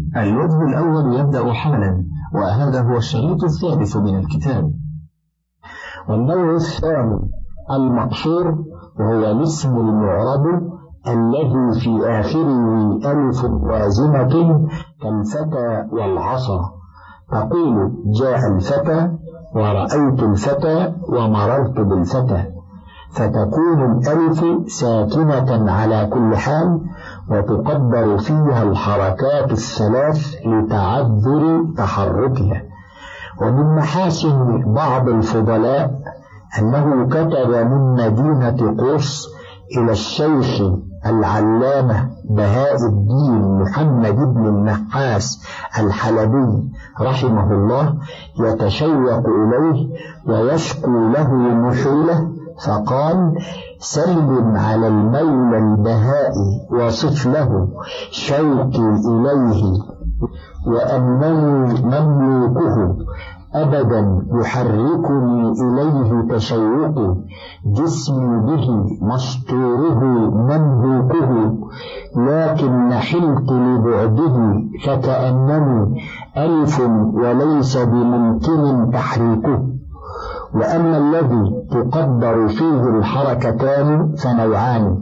الوجه الأول يبدأ حالا، وهذا هو الشريط الثالث من الكتاب. والنوع الثاني المقصور، وهو الاسم المعرب الذي في آخره ألف لازمة كالفتى والعصا. تقول جاء الفتى ورأيت الفتى ومررت بالفتى، فتكون الألف ساكنة على كل حال، وتقدر فيها الحركات الثلاث لتعذر تحركها. ومن محاسن بعض الفضلاء أنه كتب من مدينة قوس إلى الشيخ العلامة بهاء الدين محمد بن النحاس الحلبي رحمه الله يتشوق إليه ويشكو له نحوله، فقال: سلم على المولى البهاء وصف له شوقي إليه، وأنني مملوكه أبدا يحركني إليه تشوقي، جسمي به مستوره مملوكه، لكن نحلت لبعده فكأنني ألف وليس بممكن تحريكه. وأما الذي تقدر فيه الحركتان فنوعان: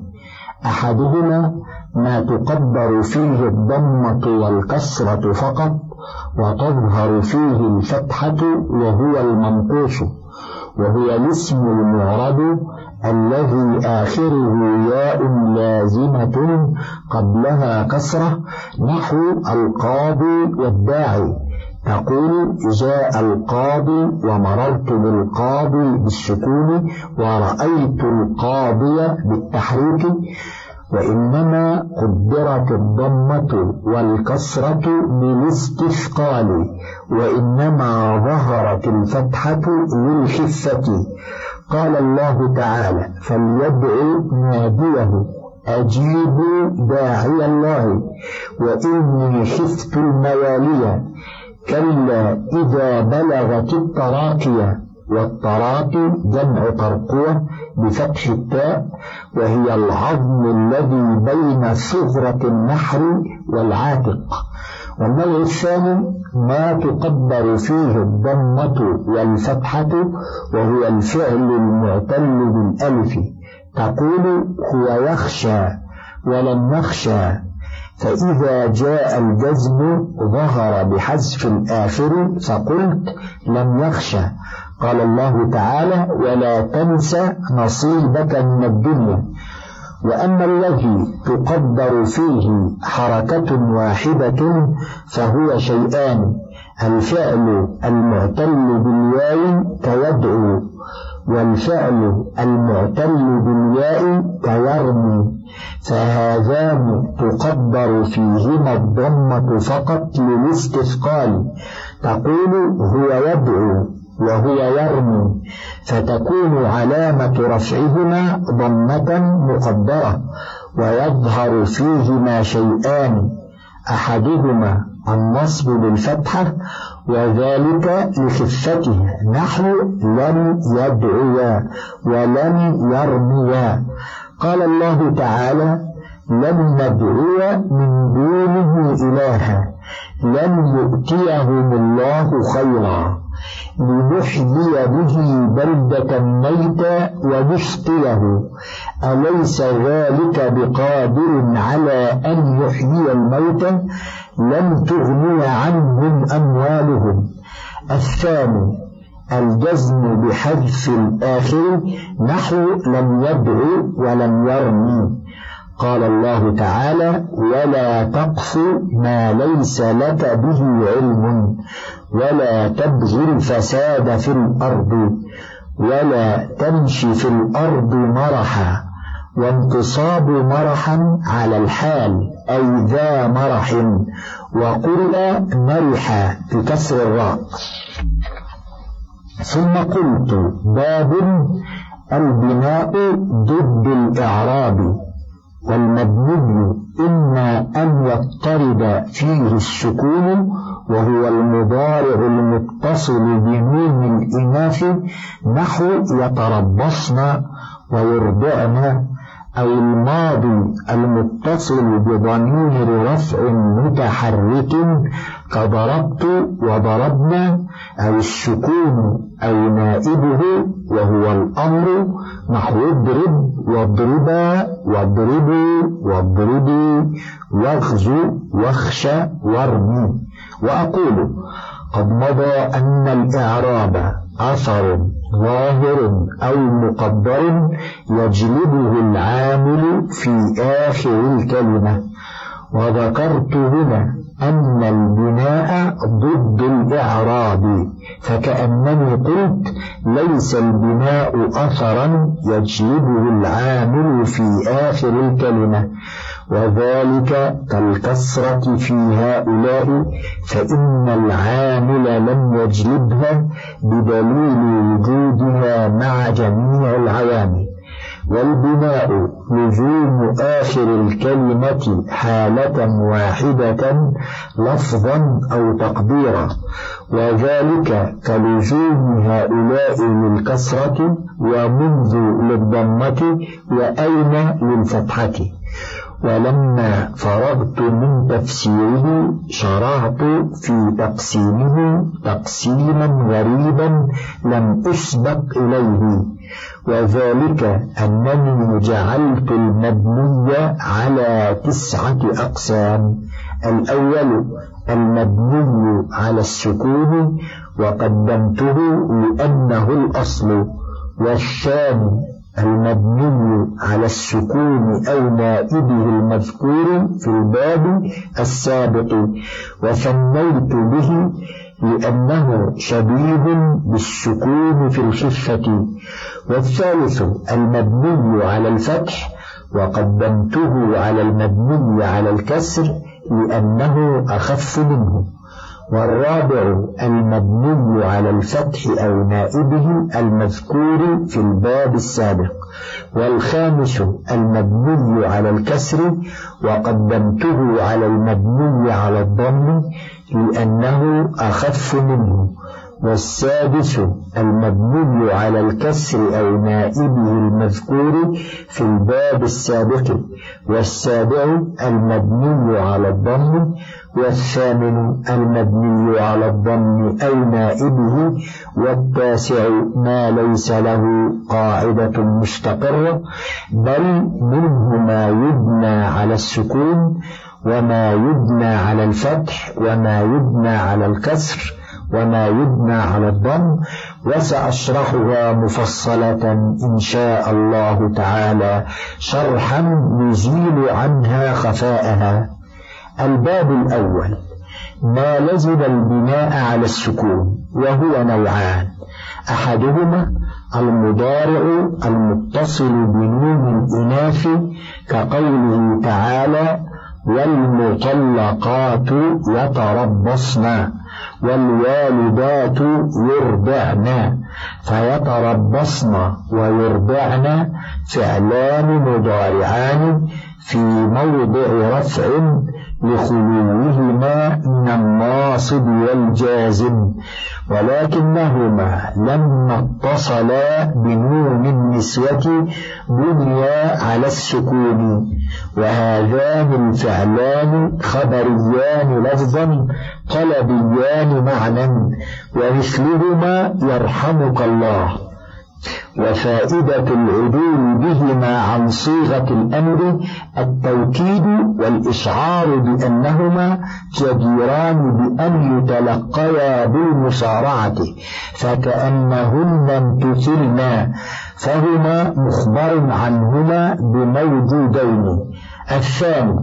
أحدهما ما تقدر فيه الضمة والكسرة فقط، وتظهر فيه الفتحة وهو المنقوص، وهو الاسم المعرب الذي آخره ياء لازمة قبلها كسرة، نحو القاضي والداعي. تقول جاء القاضي ومررت بالقاضي بالسكون، ورأيت القاضي بالتحريك. وإنما قدرت الضمة والكسرة للاستثقال، وإنما ظهرت الفتحة للخفة. قال الله تعالى: فليدعو ناديه أجيبوا داعي الله وإني خفت الموالي، كلا إذا بلغت التراقية. والتراقي جمع ترقوة بفتح التاء، وهي العظم الذي بين ثغرة النحر والعاتق. والنوع الثاني ما تقدر فيه الضمة والفتحة، وهو الفعل المعتل بالألف. تقول هو يخشى ولم يخشى، فإذا جاء الجزم ظهر بحذف الآخر، فقلت لم يخشى. قال الله تعالى: ولا تنس نصيبك من الدنيا. وأما الذي تقدر فيه حركة واحدة فهو شيئان: الفعل المعتل بالياء كيدعو، والفعل المعتل بالياء كيرمي، فهذان تقدر فيهما الضمة فقط للاستثقال. تقول هو يدعو وهو يرمي، فتكون علامة رفعهما ضمة مقدرة، ويظهر فيهما شيئان: أحدهما النصب بالفتحة، وذلك لخفتها، نحو لم يدعوا ولم يرميا. قال الله تعالى: لم ندعو من دونه إلها، لم يؤتيهم الله خيرا، لنحيي به بلدة ميتا ونسقيه، أليس ذلك بقادر على أن يحيي الموتى، لم تغني عنهم أموالهم. الثاني الجزم بحذف الآخر، نحو لم يدعو ولم يرمي. قال الله تعالى: ولا تقف ما ليس لك به علم، ولا تبغي الفساد في الأرض، ولا تمشي في الأرض مرحا. وانتصاب مرحا على الحال أي ذا مرح، وقرئ مرحا بكسر الراء. ثم قلت: باب البناء ضد الإعراب، والمبني إما أن يضطرب فيه السكون، وهو المضارع المتصل بنون الإناث، نحو يتربصن ويرضعن، أو الماضي المتصل بضمير رفع متحرك كضربت وضربنا، أو السكون أو نائبه وهو الأمر نحو اضرب واضربا واضربوا واضربي واغزو واخشى وارمي. وأقول قد مضى أن الإعراب أثر ظاهر أو مقدر يجلبه العامل في آخر الكلمة، وذكرت هنا أن البناء ضد الإعراب، فكأنني قلت ليس البناء أثرا يجلبه العامل في آخر الكلمة، وذلك كالكسرة في هؤلاء، فإن العامل لم يجلبها بدليل وجودها مع جميع العوامل. والبناء لزوم آخر الكلمة حالة واحدة لفظا أو تقديرا، وذلك كلزوم هؤلاء للكسرة ومنذ للضمة وأين للفتحة. ولما فرغت من تفسيره شرعت في تقسيمه تقسيما غريبا لم أسبق إليه، وذلك أنني جعلت المبني على 9 أقسام. الأول المبني على السكون وقدمته لأنه الأصل، والثاني المبني على السكون أو نائبه المذكور في الباب السابق وثنيت به لأنه شبيه بالسكون في الخفة. والثالث المبني على الفتح وقدمته على المبني على الكسر لأنه أخف منه. والرابع المبني على الفتح أو نائبه المذكور في الباب السابق. والخامس المبني على الكسر وقدمته على المبني على الضم لأنه أخف منه. والسادس المبني على الكسر أو نائبه المذكور في الباب السابق. والسابع المبني على الضم. والثامن المبني على الضم أو نائبه. والتاسع ما ليس له قاعدة مستقرة، بل منه ما يبنى على السكون وما يبنى على الفتح وما يبنى على الكسر وما يبنى على الضم، وسأشرحها مفصلة إن شاء الله تعالى شرحا يزيل عنها خفاءها. الباب الأول ما لزم البناء على السكون، وهو نوعان: أحدهما المضارع المتصل بنون الإناث كقوله تعالى والمطلقات يتربصن والوالدات يرضعن، فيتربصن ويرضعن فعلان مضارعان في موضع رفع لخلوهما من الناصب والجازم، ولكنهما لما اتصلا بنون النسوة بنيا على السكون، وهذان الفعلان خبريان لفظا طلبيان معنى، ومثلهما يرحمك الله. وفائدة العدول بهما عن صيغة الأمر التوكيد والإشعار بأنهما جديران بأن يتلقيا بالمصارعة، فكأنهن امتثلنا، فهما مخبر عنهما بموجودين. الثاني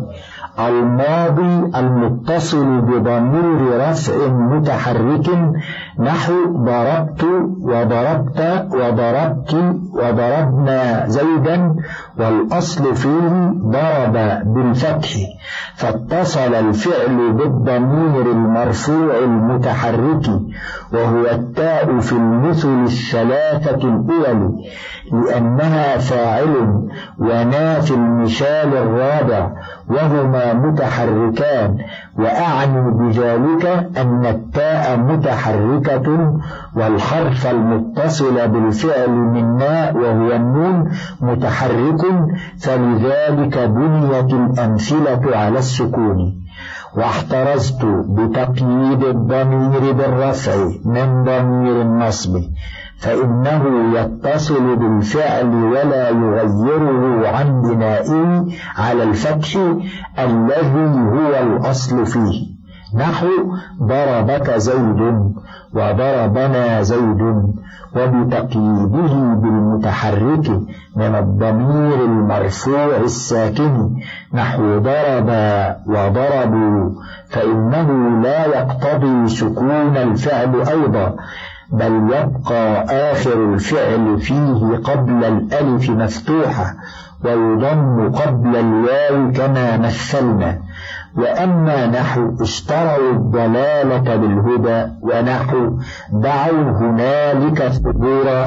الماضي المتصل بضمير رفع متحرك نحو ضربت وضربت وضربت وضربنا زيدا، والأصل فيه ضرب بالفتح، فاتصل الفعل بالضمير المرفوع المتحرك وهو التاء في المثل الثلاثة الأول لأنها فاعل، ونا في المثال الرابع، وهما متحركان، وأعني بذلك أن التاء متحركة والحرف المتصل بالفعل من ناء وهو النون متحرك، فلذلك بنيت الأمثلة على السكون. واحترزت بتقييد الضمير بالرفع من ضمير النصب، فإنه يتصل بالفعل ولا يغيره عن بنائه على الفتح الذي هو الأصل فيه، نحو ضربك زيد وضربنا زيد، وبتقييده بالمتحرك من الضمير المرفوع الساكن نحو ضرب وضربوا، فإنه لا يقتضي سكون الفعل أيضا، بل يبقى آخر الفعل فيه قبل الألف مفتوحة ويضم قبل الواو كما مثلنا. وأما نحو اشتروا الضلالة بالهدى ونحو دعوا هنالك ثبورا،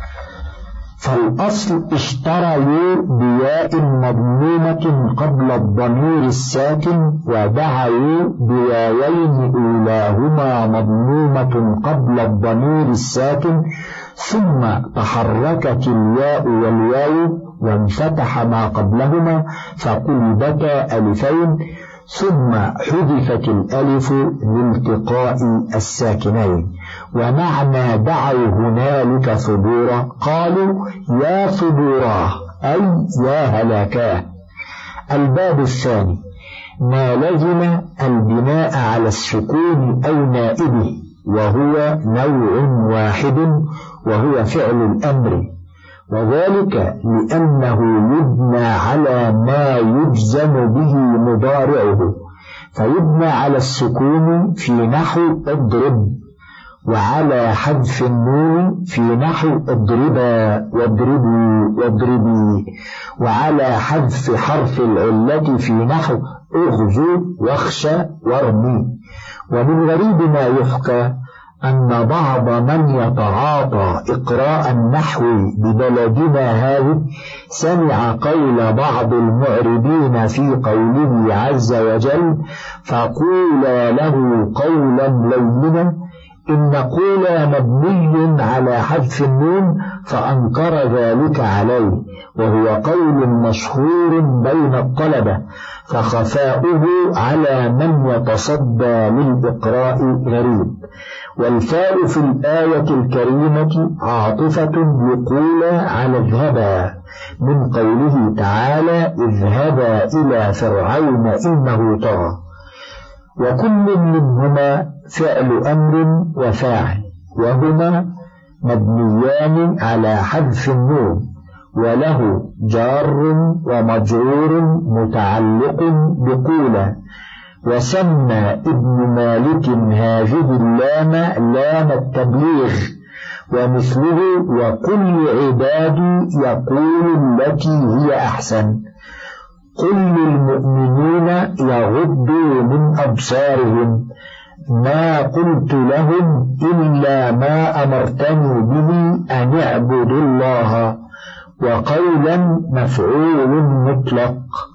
فالأصل اشتروا بياء مضمومة قبل الضمير الساكن، ودعوا بواوين أولاهما مضمومة قبل الضمير الساكن، ثم تحركت الياء والواو وانفتح ما قبلهما فقلبتا ألفين، ثم حذفت الألف لالتقاء الساكنين. ومعنى دعوا هنالك ثبورا قالوا يا ثبوراه أي يا هلاكاه. الباب الثاني ما لزم البناء على السكون أو نائبه، وهو نوع واحد وهو فعل الأمر، وذلك لأنه يبنى على ما يجزم به مضارعه، فيبنى على السكون في نحو اضرب، وعلى حذف النون في نحو اضربا واضربوا واضربي، وعلى حذف حرف العلة في نحو اغزو واخشى وارمي. ومن غريب ما يحكى أن بعض من يتعاطى إقراء النحو ببلدنا هذه سمع قول بعض المعربين في قوله عز وجل فقولا له قولا لينا، إن قولا مبني على حذف النون، فأنكر ذلك عليه، وهو قول مشهور بين الطلبة، فخفاؤه على من يتصدى للإقراء غريب. والفاء في الآية الكريمة عاطفة لقولا على اذهبا من قوله تعالى اذهبا إلى فرعون إنه طغى، وكل منهما فعل أمر وفاعل، وهما مبنيان على حذف النون، وله جار ومجرور متعلق بقولا. وسمى ابن مالك هذه اللام لام التبليغ، ومثله وكل عبادي يقول التي هي أحسن، قل للمؤمنين يغضوا من أبصارهم، ما قلت لهم إلا ما أمرتني به أن اعبدوا الله، وقولا مفعول مطلق،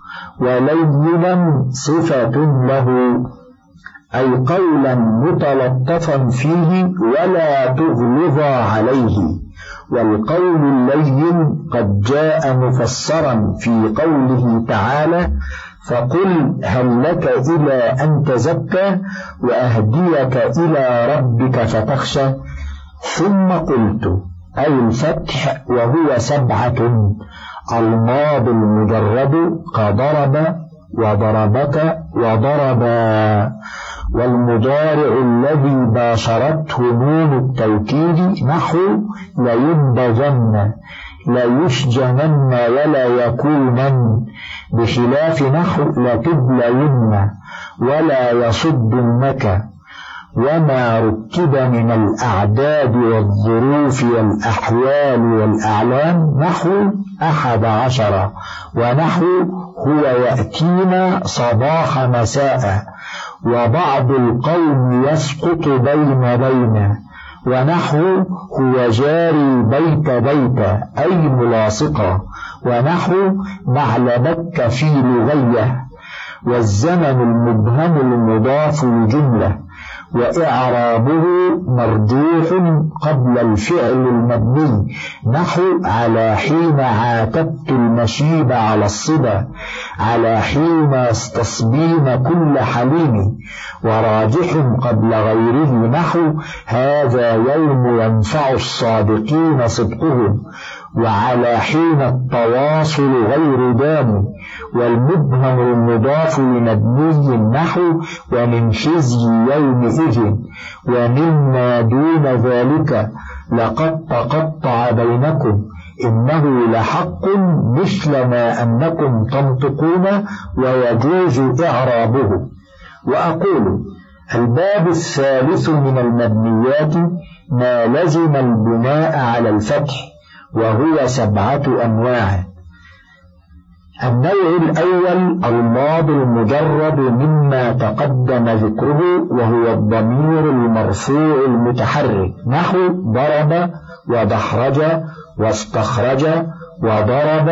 ولينا صفة له، أي قولا متلطفا فيه ولا تغلظا عليه. والقول اللين قد جاء مفسرا في قوله تعالى فقل هل لك إلى أن تزكى وأهديك إلى ربك فتخشى. ثم قلت أي الفتح وهو 7، الماضي المجرد كضرب وضربك وضربا، والمضارع الذي باشرته نون التوكيد نحو لينبذن ليسجنن ولا يكونن، بخلاف نحو لتبلين ولا يصدنك. وما ركب من الأعداد والظروف والأحوال والأعلام نحو 11، ونحو هو يأتينا صباح مساء، وبعض القوم يسقط بين، ونحو هو جاري بيت أي ملاصقة، ونحو معلبك في لغية. والزمن المبهم المضاف لجملة، وإعرابه مرجوح قبل الفعل المبني، نحو على حين عاتبت المشيب على الصبا، على حين يستصبين كل حليم، وراجح قبل غيره، نحو هذا يوم ينفع الصادقين صدقهم، وعلى حين التواصل غير دام، والمبهم المضاف لمبني، نحو ومن خزي يومئذ، ومما دون ذلك لقد تقطع بينكم إنه لحق مثل ما أنكم تنطقون، ويجوز إعرابه. وأقول الباب الثالث من المبنيات ما لزم البناء على الفتح، وهو 7 أنواع. النوع الأول الماضي المجرد مما تقدم ذكره، وهو الضمير المرفوع المتحرك، نحو ضرب ودحرج واستخرج وضرب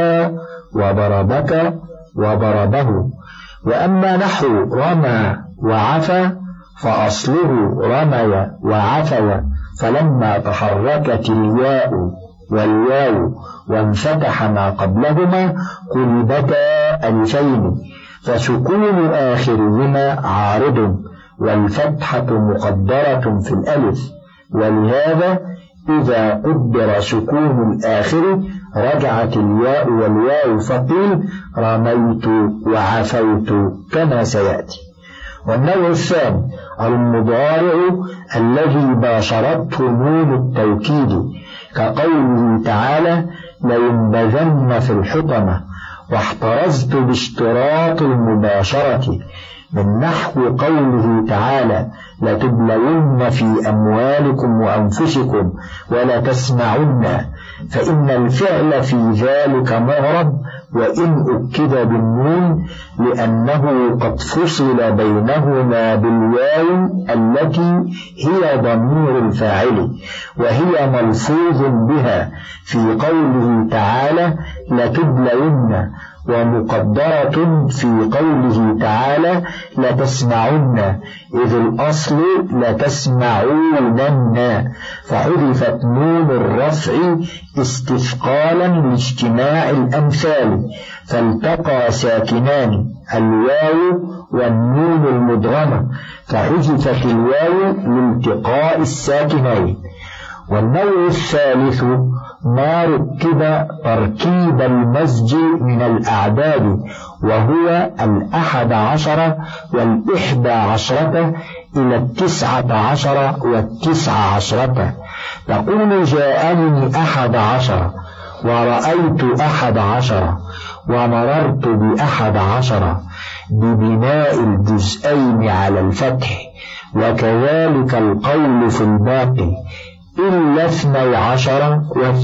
وضربك وضربه. وأما نحو رمى وعفى فأصله رمي وعفى، فلما تحركت الياء والواو وانفتح ما قبلهما قلبتا ألفين، فسكون آخرهما عارض، والفتحة مقدرة في الألف، ولهذا إذا قدر سكون الآخر رجعت الياء والواو، فقيل رميت وعفوت كما سيأتي. والنوع الثاني المضارع الذي باشرته نون التوكيد، كقوله تعالى لينبذن في الحطمة، واحترزت باشتراط المباشرة، من نحو قوله تعالى لتبلون في أموالكم وأنفسكم ولا تسمعن، فإن الفعل في ذلك معرب وإن أكد بالنون، لأنه قد فصل بينهما بالواو التي هي ضمير الفاعل، وهي ملفوظ بها في قوله تعالى لتبلون، ومقدرة في قوله تعالى لتسمعن، إذ الأصل لتسمعونن، فحذفت نون الرفع استثقالا لاجتماع الأمثال، فالتقى ساكنان الواو والنون المدغمة، فحذفت الواو لالتقاء الساكنين. والنوع الثالث ما ركب تركيب المزج من الأعداد، وهو 11 و11 إلى 19 و19. تقول جاءني 11 ورأيت 11 ومررت ب11، ببناء الجزئين على الفتح، وكذلك القول في الباقي إلا 12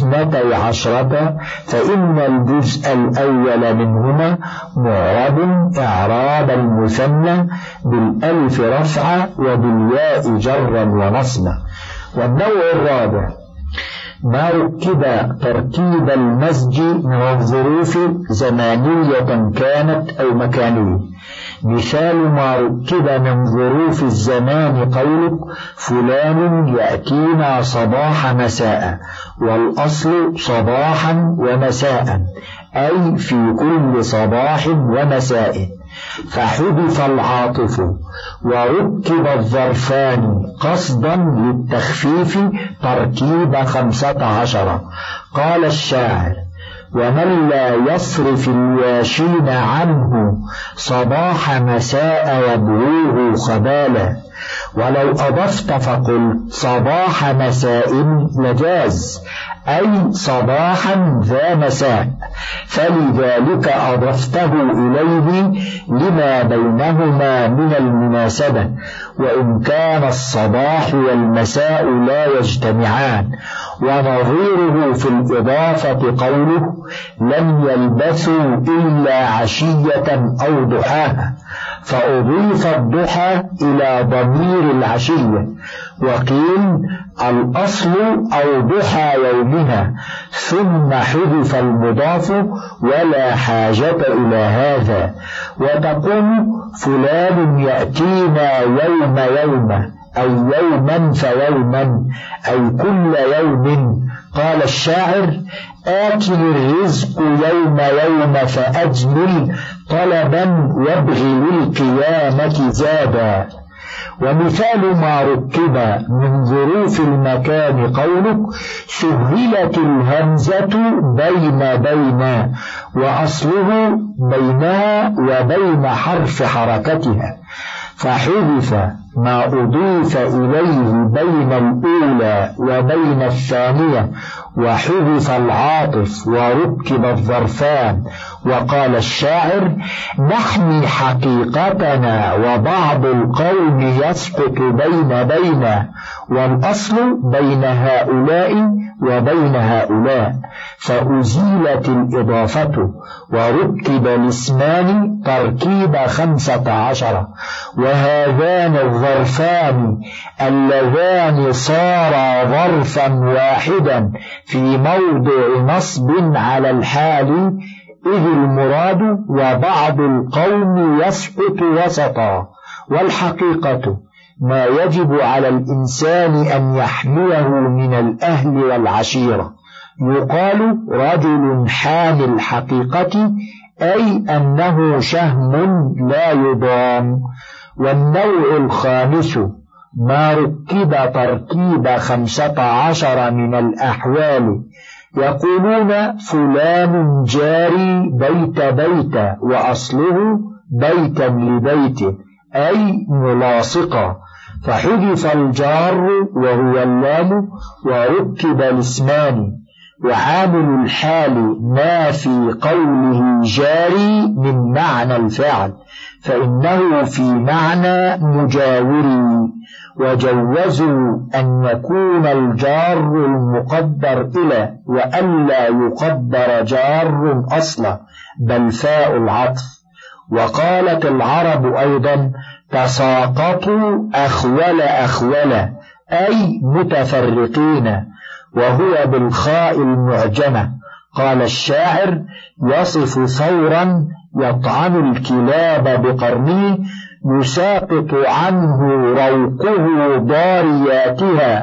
و12، فإن الجزء الأول منهما معرب إعراب المثنى بالألف رفعا وبالياء جرا ونصبا. والنوع الرابع ما ركب ترتيب المزج من الظروف زمانية كانت أو مكانية. مثال ما ركب من ظروف الزمان قولك فلان يأتينا صباح مساء، والأصل صباحا ومساء، أي في كل صباح ومساء، فحذف العاطف وركب الظرفان قصدا للتخفيف تركيب 15. قال الشاعر ومن لا يصرف الواشين عنه صباح مساء يبغوه خبالا، ولو أضفت فقل صباح مساء لجاز، أي صباحا ذا مساء، فلذلك أضفته إليه لما بينهما من المناسبة، وإن كان الصباح والمساء لا يجتمعان. ونظيره في الإضافة قوله لم يلبثوا إلا عشية أو ضحاها، فأضيف الضحى إلى ضمير العشية، وقيل الأصل أو ضحى يوم بطونها ثم حذف المضاف ولا حاجة إلى هذا. وتقول فلان يأتينا يوم يوم أي يوما فيوما أي كل يوم. قال الشاعر آكل الرزق يوم يوم فأجمل طلبا وابغ للقيامة زادا. ومثال ما ركب من ظروف المكان قولك سهلت الهمزة بين وأصله بينها وبين حرف حركتها فحذف ما أضيف إليه بين الأولى وبين الثانية وحذف العاطف وركب الظرفان. وقال الشاعر نحمي حقيقتنا وبعض القوم يسقط بين والأصل بين هؤلاء وبين هؤلاء فأزيلت الإضافة وركب الاسمان تركيب 15 وهذان الظرفان اللذان صارا ظرفا واحدا في موضع نصب على الحال إذ المراد وبعض القوم يسقط وسطا. والحقيقة ما يجب على الإنسان أن يحميه من الأهل والعشيرة. يقال رجل حامي الحقيقة أي أنه شهم لا يضام. والنوع الخامس ما ركب تركيب 15 من الأحوال يقولون فلان جاري بيت وأصله بيتا لبيت أي ملاصقا فحذف الجار وهو اللام وركب الاسمان. وعامل الحال ما في قوله جاري من معنى الفعل فإنه في معنى مجاوري. وجوزوا أن يكون الجار المقدر إلى وألا يقدر جار أصلا بل فاء العطف. وقالت العرب أيضا تساقطوا أخول أي متفرقين وهو بالخاء المعجمة. قال الشاعر يصف ثورا يطعن الكلاب بقرنه يساقط عنه روقه ضارياتها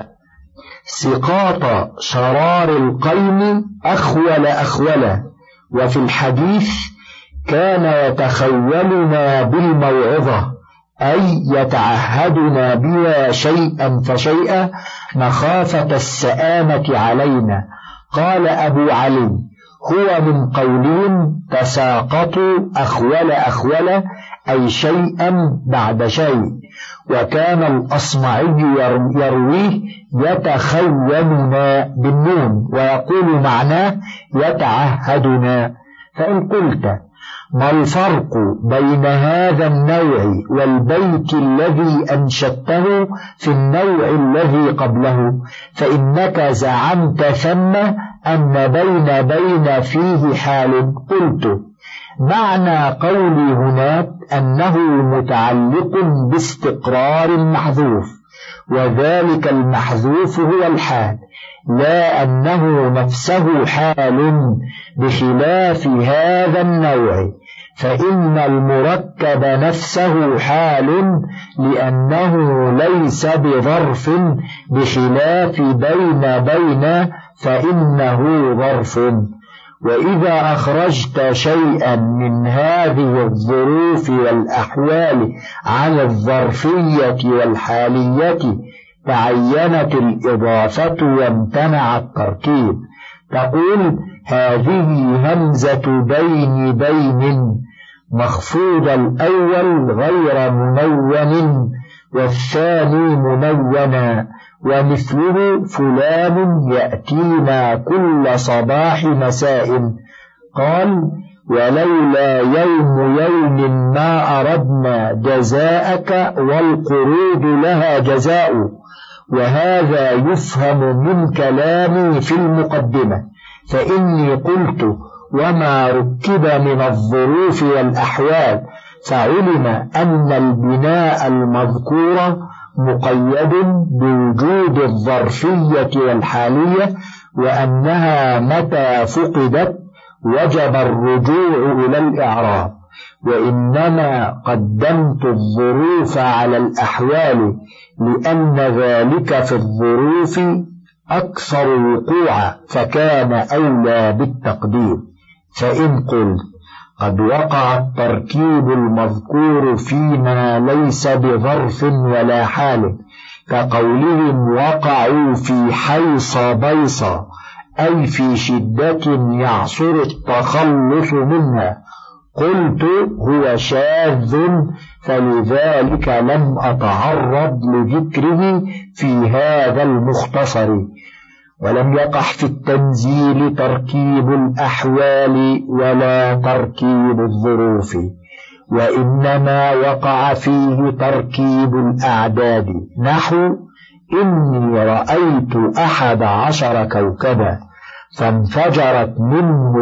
سقاط شرار القيم أخول. وفي الحديث كان يتخولنا بالموعظة أي يتعهدنا بها شيئا فشيئا مخافة السآمة علينا. قال أبو علي هو من قولهم تساقطوا أخول أي شيئا بعد شيء. وكان الأصمعي يرويه يتخوننا بالنون ويقول معناه يتعهدنا. فإن قلت ما الفرق بين هذا النوع والبيت الذي أنشدته في النوع الذي قبله فإنك زعمت ثم أن بين فيه حال. قلت معنى قولي هناك أنه متعلق باستقرار محذوف وذلك المحذوف هو الحال لا أنه نفسه حال بخلاف هذا النوع فإن المركب نفسه حال لأنه ليس بظرف بخلاف بين فإنه ظرف. وإذا أخرجت شيئا من هذه الظروف والأحوال عن الظرفية والحالية تعينت الإضافة وامتنع التركيب. تقول هذه همزة بين مخفوض الأول غير منون والثاني منونا ومثله فلان يأتينا كل صباح مساء. قال ولولا يوم ما أردنا جزاءك والقروض لها جزاء. وهذا يفهم من كلامي في المقدمة فإني قلت وما ركب من الظروف والأحوال فعلم أن البناء المذكور مقيد بوجود الظرفية والحالية وأنها متى فقدت وجب الرجوع إلى الإعراب، وإنما قدمت الظروف على الأحوال لأن ذلك في الظروف أكثر وقوعا فكان أولى بالتقديم. فإن قلت قد وقع التركيب المذكور فيما ليس بظرف ولا حال، كقولهم وقعوا في حيص بيص، أي في شدة يعصر التخلص منها، قلت هو شاذ، فلذلك لم أتعرض لذكره في هذا المختصر. ولم يقع في التنزيل تركيب الأحوال ولا تركيب الظروف، وإنما وقع فيه تركيب الأعداد، نحو إني رأيت 11 كوكبا فانفجرت منه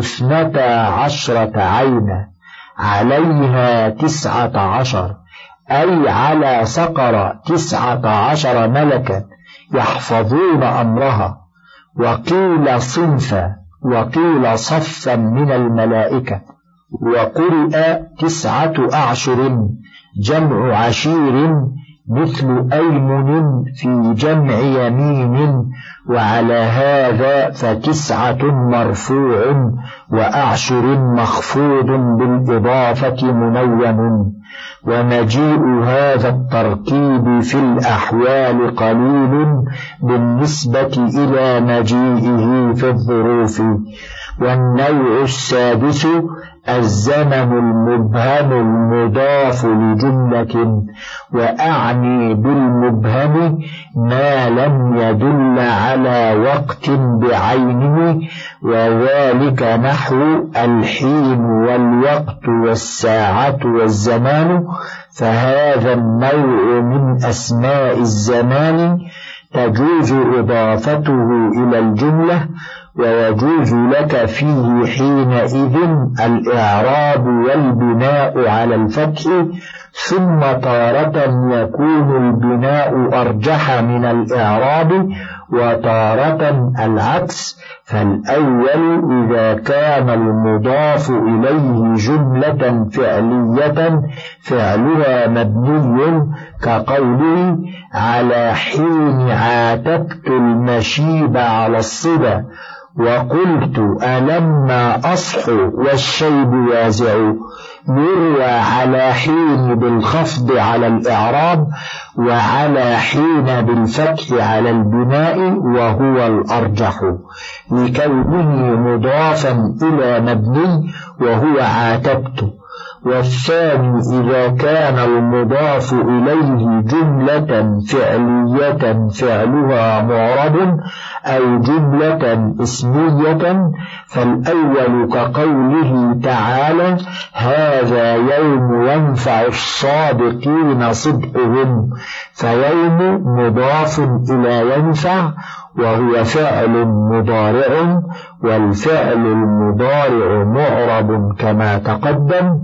12 عينا عليها 19، أي على صقر 19 ملكا يحفظون أمرها، وقيل صنفا وقيل صفا من الملائكة، وقرئ 9 أعشر جمع عشير، مثل أيمن في جمع يمين، وعلى هذا ف9 مرفوع وأعشر مخفوض بالإضافة منون. ومجيء هذا التركيب في الأحوال قليل بالنسبة إلى مجيئه في الظروف. والنوع السادس الزمن المبهم المضاف لجملة، وأعني بالمبهم ما لم يدل على وقت بعينه، وذلك نحو الحين والوقت والساعة والزمان، فهذا النوع من أسماء الزمان تجوز إضافته إلى الجملة، ويجوز لك فيه حينئذ الإعراب والبناء على الفتح، ثم تارة يكون البناء أرجح من الإعراب وتارة العكس. فالأول إذا كان المضاف إليه جملة فعلية فعلها مبني، كقوله على حين عاتبت المشيب على الصبا، وقلت ألما أصحو والشيب يازع، يروى على حين بالخفض على الإعراب، وعلى حين بالفتح على البناء، وهو الأرجح لكونه مضافا إلى مبني وهو عاتبت. والثاني إذا كان المضاف إليه جملة فعلية فعلها معرب أو جملة اسمية، فالأول كقوله تعالى هذا يوم ينفع الصادقين صدقهم، فيوم مضاف إلى ينفع وهو فعل مضارع، والفعل المضارع معرب كما تقدم،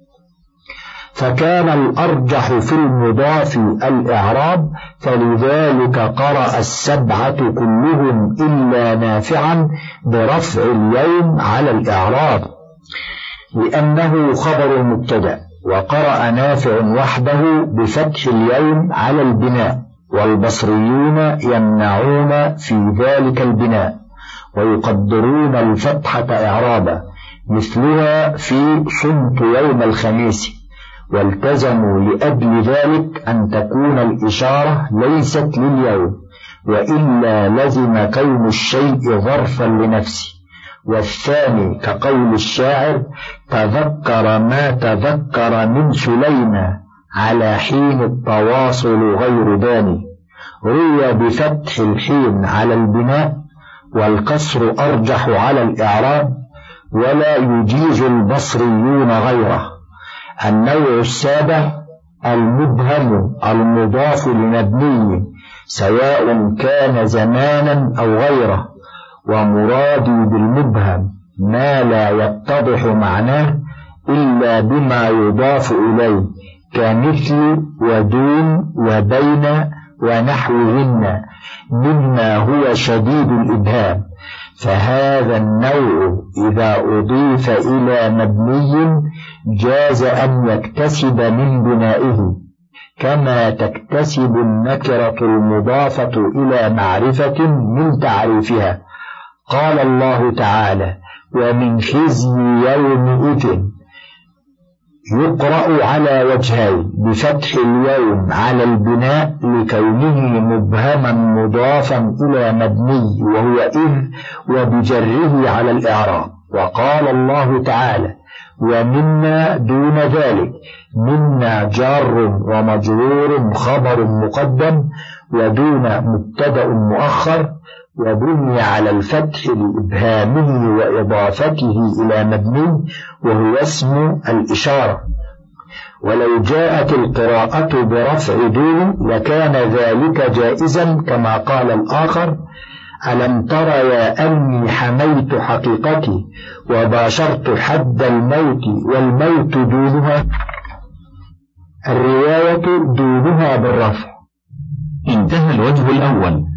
فكان الأرجح في المضاف الإعراب، فلذلك قرأ 7 كلهم إلا نافعا برفع اليوم على الإعراب لأنه خبر مبتدأ، وقرأ نافع وحده بفتح اليوم على البناء، والبصريون يمنعون في ذلك البناء ويقدرون الفتحة إعرابا، مثلها في صمت يوم الخميس، والتزموا لأجل ذلك أن تكون الإشارة ليست لليوم، وإلا لزم كون الشيء ظرفا لنفسه. والثاني كقول الشاعر تذكر ما تذكر من سليمان على حين التواصل غير داني، روي بفتح الحين على البناء، والكسر أرجح على الإعراب، ولا يجيز البصريون غيره. النوع السابع المبهم المضاف لمبني، سواء كان زمانا أو غيره، ومرادي بالمبهم ما لا يتضح معناه إلا بما يضاف إليه، كمثل ودون وبين ونحوهن مما هو شديد الإبهام، فهذا النوع إذا أضيف إلى مبني جاز أن يكتسب من بنائه، كما تكتسب النكرة المضافة إلى معرفة من تعريفها. قال الله تعالى: ومن خزي يومئذ، يقرأ على وجهين: بفتح اليوم على البناء لكونه مبهما مضافا إلى مبني وهو إذ، وبجره على الإعراب. وقال الله تعالى: ومنا دون ذلك، منا جار ومجرور خبر مقدم، ودون مبتدأ مؤخر، وبني على الفتح لإبهامه وإضافته إلى مبني وهو اسم الإشارة. ولو جاءت القراءة برفع دون لكان ذلك جائزا، كما قال الآخر: ألم تر يا أني حميت حقيقتي وباشرت حد الموت والموت دونها، الرواية دونها بالرفع. انتهى الوجه الأول.